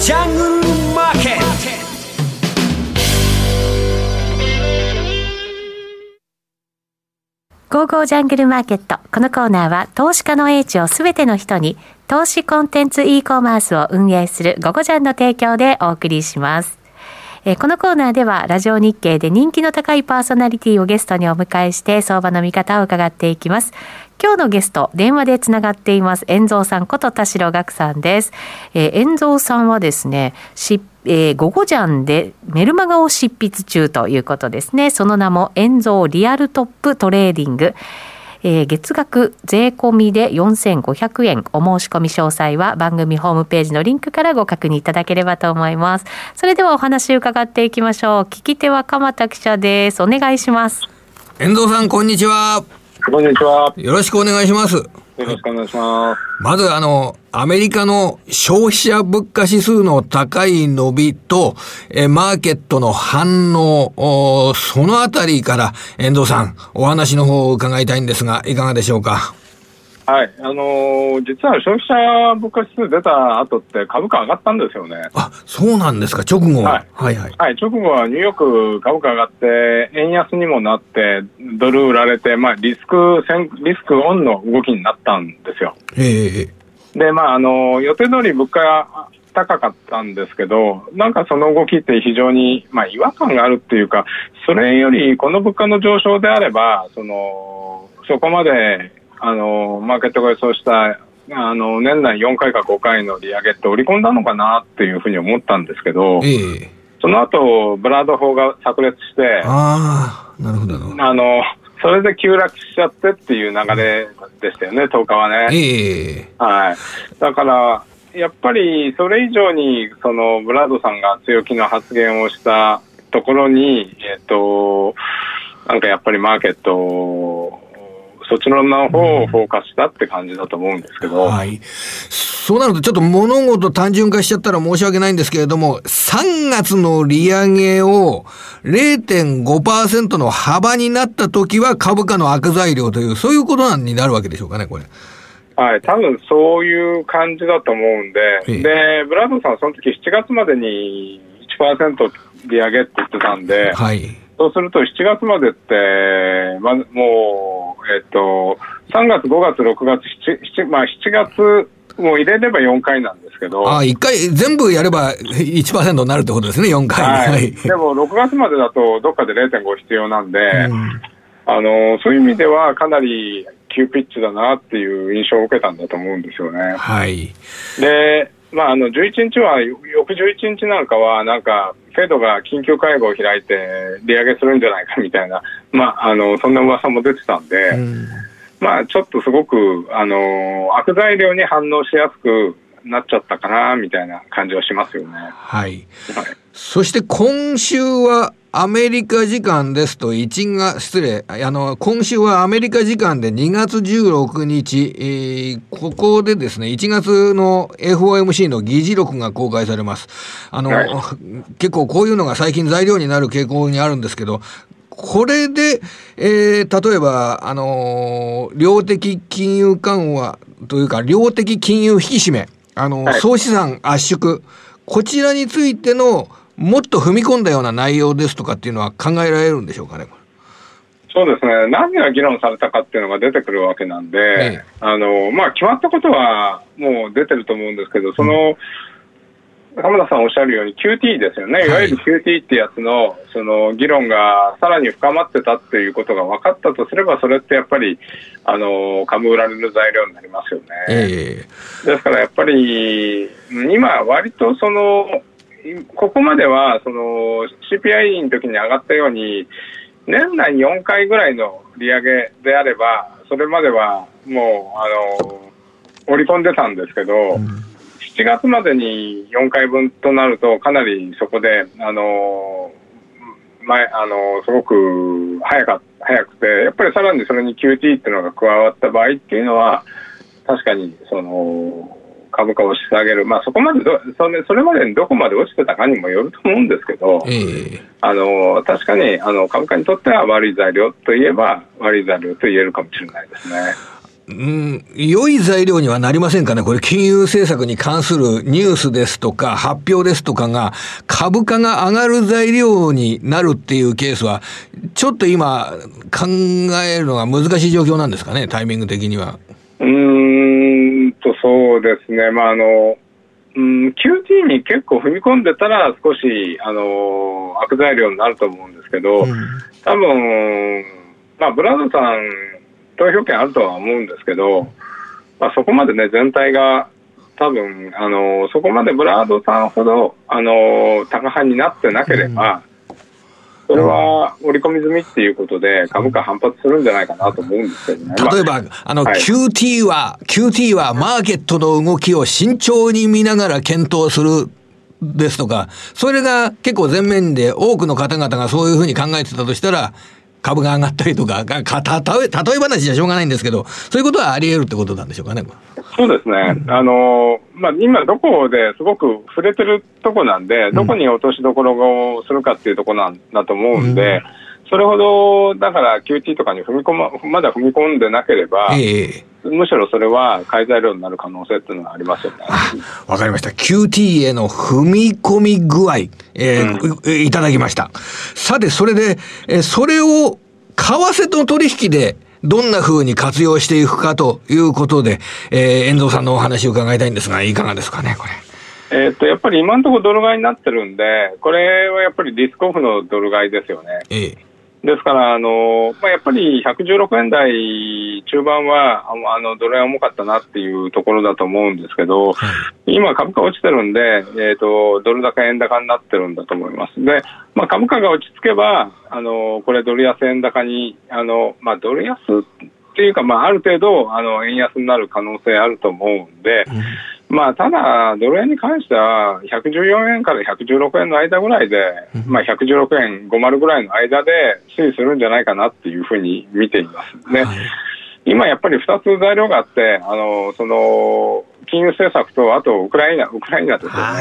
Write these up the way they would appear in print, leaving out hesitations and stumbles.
ジャングルマーケット。 ゴーゴージャングルマーケット。このコーナーは投資家の英知をすべての人に、投資コンテンツ e コマースを運営するゴゴジャンの提供でお送りします。このコーナーではラジオ日経で人気の高いパーソナリティをゲストにお迎えして相場の見方を伺っていきます。今日のゲスト、電話でつながっています。遠蔵さんこと田代岳さんです。遠蔵さんはですね、ゴゴジャンでメルマガを執筆中ということですね。その名も遠蔵リアルトップトレーディング。月額税込みで4500円。お申し込み詳細は番組ホームページのリンクからご確認いただければと思います。それではお話を伺っていきましょう。聞き手は鎌田記者です。お願いします。 遠蔵さん、こんにちは。 こんにちは。 よろしくお願いします。 よろしくお願いします。 まずアメリカの消費者物価指数の高い伸びと、マーケットの反応、そのあたりから遠藤さん、お話の方を伺いたいんですが、いかがでしょうか。 はい。実は消費者物価指数出た後って株価上がったんですよね。 あ、そうなんですか。直後は。 はいはい。はい。直後はニューヨーク株価上がって、円安にもなって、ドル売られて、リスクオンの動きになったんですよ。で、予定通り物価が高かったんですけど、なんかその動きって非常に、違和感があるっていうか、それよりこの物価の上昇であれば、そこまで、マーケットが予想した年内4回か5回の利上げって織り込んだのかなっていうふうに思ったんですけど、その後ブラッド法が炸裂して、 なるほど。 それで急落しちゃってっていう流れでしたよね、10日はね。はい。だからやっぱりそれ以上にブラッドさんが強気の発言をしたところに、なんかやっぱりマーケットそっちの方をフォーカスしたって感じだと思うんですけど、 はい。そうなるとちょっと物事単純化しちゃったら申し訳ないんですけれども、3月の利上げを 0.5% の幅になった時は株価の悪材料という、そういうことになるわけでしょうかね、これ。 はい、多分そういう感じだと思うんで、で、ブラッドさんはその時7月までに 1% 利上げって言ってたんで、はい。そうすると7月までって、もう、3月、5月、6月、7月も入れれば4回なんですけど。 1回全部やれば 1% になるってことですね、4回。 はい。でも6月までだとどっかで 0.5 必要なんで、そういう意味ではかなり急ピッチだなっていう印象を受けたんだと思うんですよね。はい。で、11日は、翌11日なんかは、なんか、フェドが緊急会合を開いて、利上げするんじゃないかみたいな、そんな噂も出てたんで、ちょっとすごく、悪材料に反応しやすくなっちゃったかな、みたいな感じはしますよね。 はい。そして今週は、アメリカ時間ですと今週はアメリカ時間で2月16日、ここでですね、1月の FOMC の議事録が公開されます。結構こういうのが最近材料になる傾向にあるんですけど、これで、例えば、量的金融緩和というか、量的金融引き締め、総資産圧縮、こちらについてのもっと踏み込んだような内容ですとかっていうのは考えられるんでしょうかね。 そうですね。何が議論されたかっていうのが出てくるわけなんで、決まったことはもう出てると思うんですけど、鎌田さんおっしゃるように QT ですよね。いわゆる QT ってやつの議論がさらに深まってたっていうことが分かったとすれば、それってやっぱり株売られる材料になりますよね。ですからやっぱり今割とここまではCPI の時に上がったように年内4回ぐらいの利上げであればそれまではもう織り込んでたんですけど、7月までに4回分となるとかなりそこですごく早くて、やっぱりさらにそれに QT っていうのが加わった場合っていうのは確かに株価を押し下げる、そこまでそれまでにどこまで落ちてたかにもよると思うんですけど、確かに株価にとっては悪い材料といえば悪い材料と言えるかもしれないですね。 良い材料にはなりませんかね。これ金融政策に関するニュースですとか発表ですとかが株価が上がる材料になるっていうケースはちょっと今考えるのが難しい状況なんですかね、タイミング的には。 そうですね。QT に結構踏み込んでたら少し悪材料になると思うんですけど、多分ブラードさん投票権あるとは思うんですけど、そこまでね全体が多分そこまでブラードさんほど高派になってなければ、それは織り込み済みっていうことで株価反発するんじゃないかなと思うんですけどね。 例えばQT はマーケットの動きを慎重に見ながら検討するですとか、それが結構前面で多くの方々がそういうふうに考えてたとしたら株が上がったりとか、例え話じゃしょうがないんですけど、そういうことはあり得るってことなんでしょうかね。 そうですね。今どこですごく触れてるとこなんで、どこに落としどころをするかっていうところなんだと思うんで、それほどだから QT とかにまだ踏み込んでなければ、むしろそれは買い材料になる可能性っていうのがありますよね。 わかりました。QT への踏み込み具合、いただきました。さてそれで、それを為替と取引でどんな風に活用していくかということで、遠藤さんのお話を伺いたいんですが、いかがですかね、これ。 やっぱり今のところドル買いになってるんで、これはやっぱりリスクオフのドル買いですよね。ですから、やっぱり116円台中盤はドル円重かったなっていうところだと思うんですけど、今株価落ちてるんで、ドル高円高になってるんだと思います。で、株価が落ち着けば、これドル安円高に、ドル安っていうか、ある程度、円安になる可能性あると思うんで、ただ、ドル円に関しては、114円から116円の間ぐらいで、116円50ぐらいの間で推移するんじゃないかなっていうふうに見ています。で、今やっぱり2つ材料があって、金融政策と、あとウクライナですよね。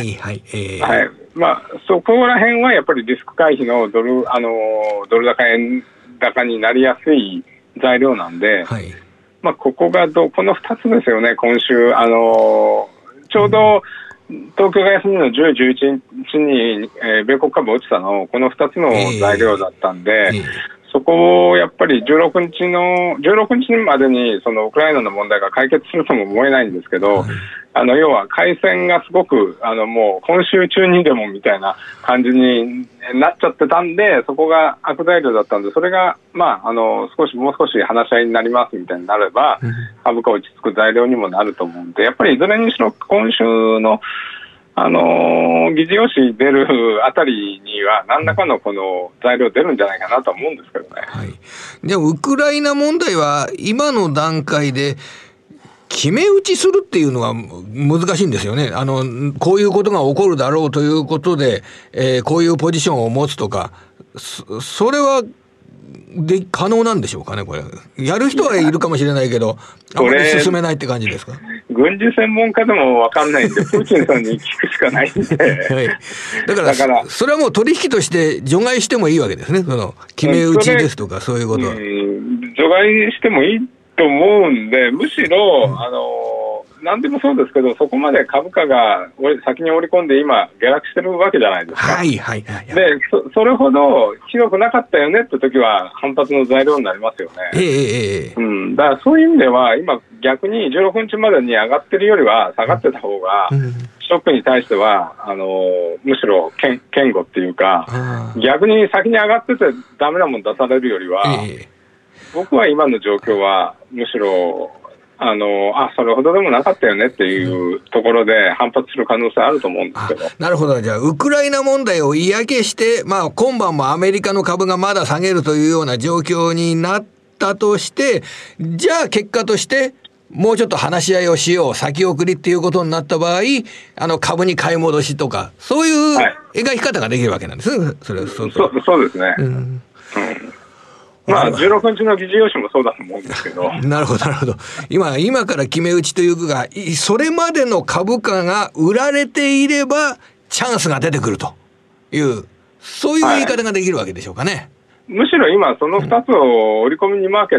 そこら辺はやっぱりリスク回避のドル高円高になりやすい材料なんで、ここがこの2つですよね、今週。ちょうど東京が休みの10、11日に、米国株落ちたの、この2つの材料だったんで、そこをやっぱり16日までにそのウクライナの問題が解決するとも思えないんですけど、要は海戦がすごくもう今週中にでもみたいな感じになっちゃってたんで、そこが悪材料だったんで、それがもう少し話し合いになりますみたいになれば、株価落ち着く材料にもなると思うんで、やっぱりいずれにしろ今週の議事要旨出るあたりには何らかのこの材料出るんじゃないかなと思うんですけどね。 でもウクライナ問題は今の段階で決め打ちするっていうのは難しいんですよね。こういうことが起こるだろうということで、こういうポジションを持つとか、それは可能なんでしょうかね。これやる人はいるかもしれないけど、あまり進めないって感じですか。 軍事専門家でも分かんないんで、プーチンさんに聞くしかないんで、 だからそれはもう取引として除外してもいいわけですね。その決め打ちですとかそういうことは除外してもいいと思うんで、むしろ何でもそうですけど、そこまで株価が先に織り込んで今下落してるわけじゃないですか。で、それほどひどくなかったよねって時は反発の材料になりますよね。だからそういう意味では今逆に16日までに上がってるよりは下がってた方が、ショックに対してはむしろ堅固っていうか、逆に先に上がっててダメなもん出されるよりは、僕は今の状況はむしろそれほどでもなかったよねっていうところで反発する可能性あると思うんですけど。 なるほど。じゃあウクライナ問題を嫌気して、今晩もアメリカの株がまだ下げるというような状況になったとして、じゃあ結果としてもうちょっと話し合いをしよう、先送りっていうことになった場合、株に買い戻しとかそういう描き方ができるわけなんですね。そうですね。16日の議事要旨もそうだと思うんですけど。 なるほど。今から決め打ちというか、それまでの株価が売られていればチャンスが出てくるという、そういう言い方ができるわけでしょうかね。 むしろ今その2つを織り込みにマーケットいっち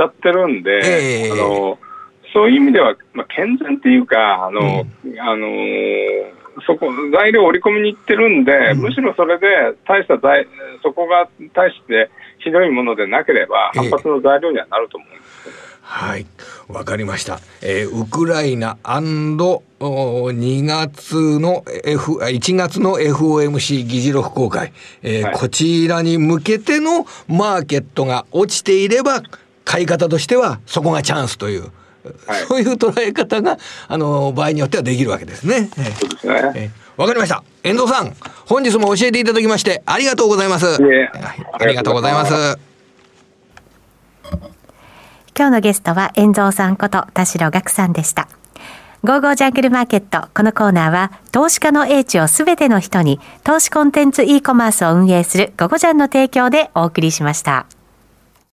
ちゃってるんで、そういう意味では、健全っていうか、そこ、材料を織り込みに行ってるんで、むしろそれでそこが大してひどいものでなければ、反発の材料にはなると思うんですけど。 はい、わかりました。ウクライナ1月の FOMC 議事録公開、こちらに向けてのマーケットが落ちていれば、買い方としてはそこがチャンスという、そういう捉え方が場合によってはできるわけですね。 そうですね。 わかりました。遠藤さん、本日も教えていただきましてありがとうございます。ありがとうございます。 今日のゲストは遠藤さんこと田代岳さんでした。ゴーゴージャングルマーケット。このコーナーは投資家の英知をすべての人に、投資コンテンツ e コマースを運営するゴゴジャンの提供でお送りしました。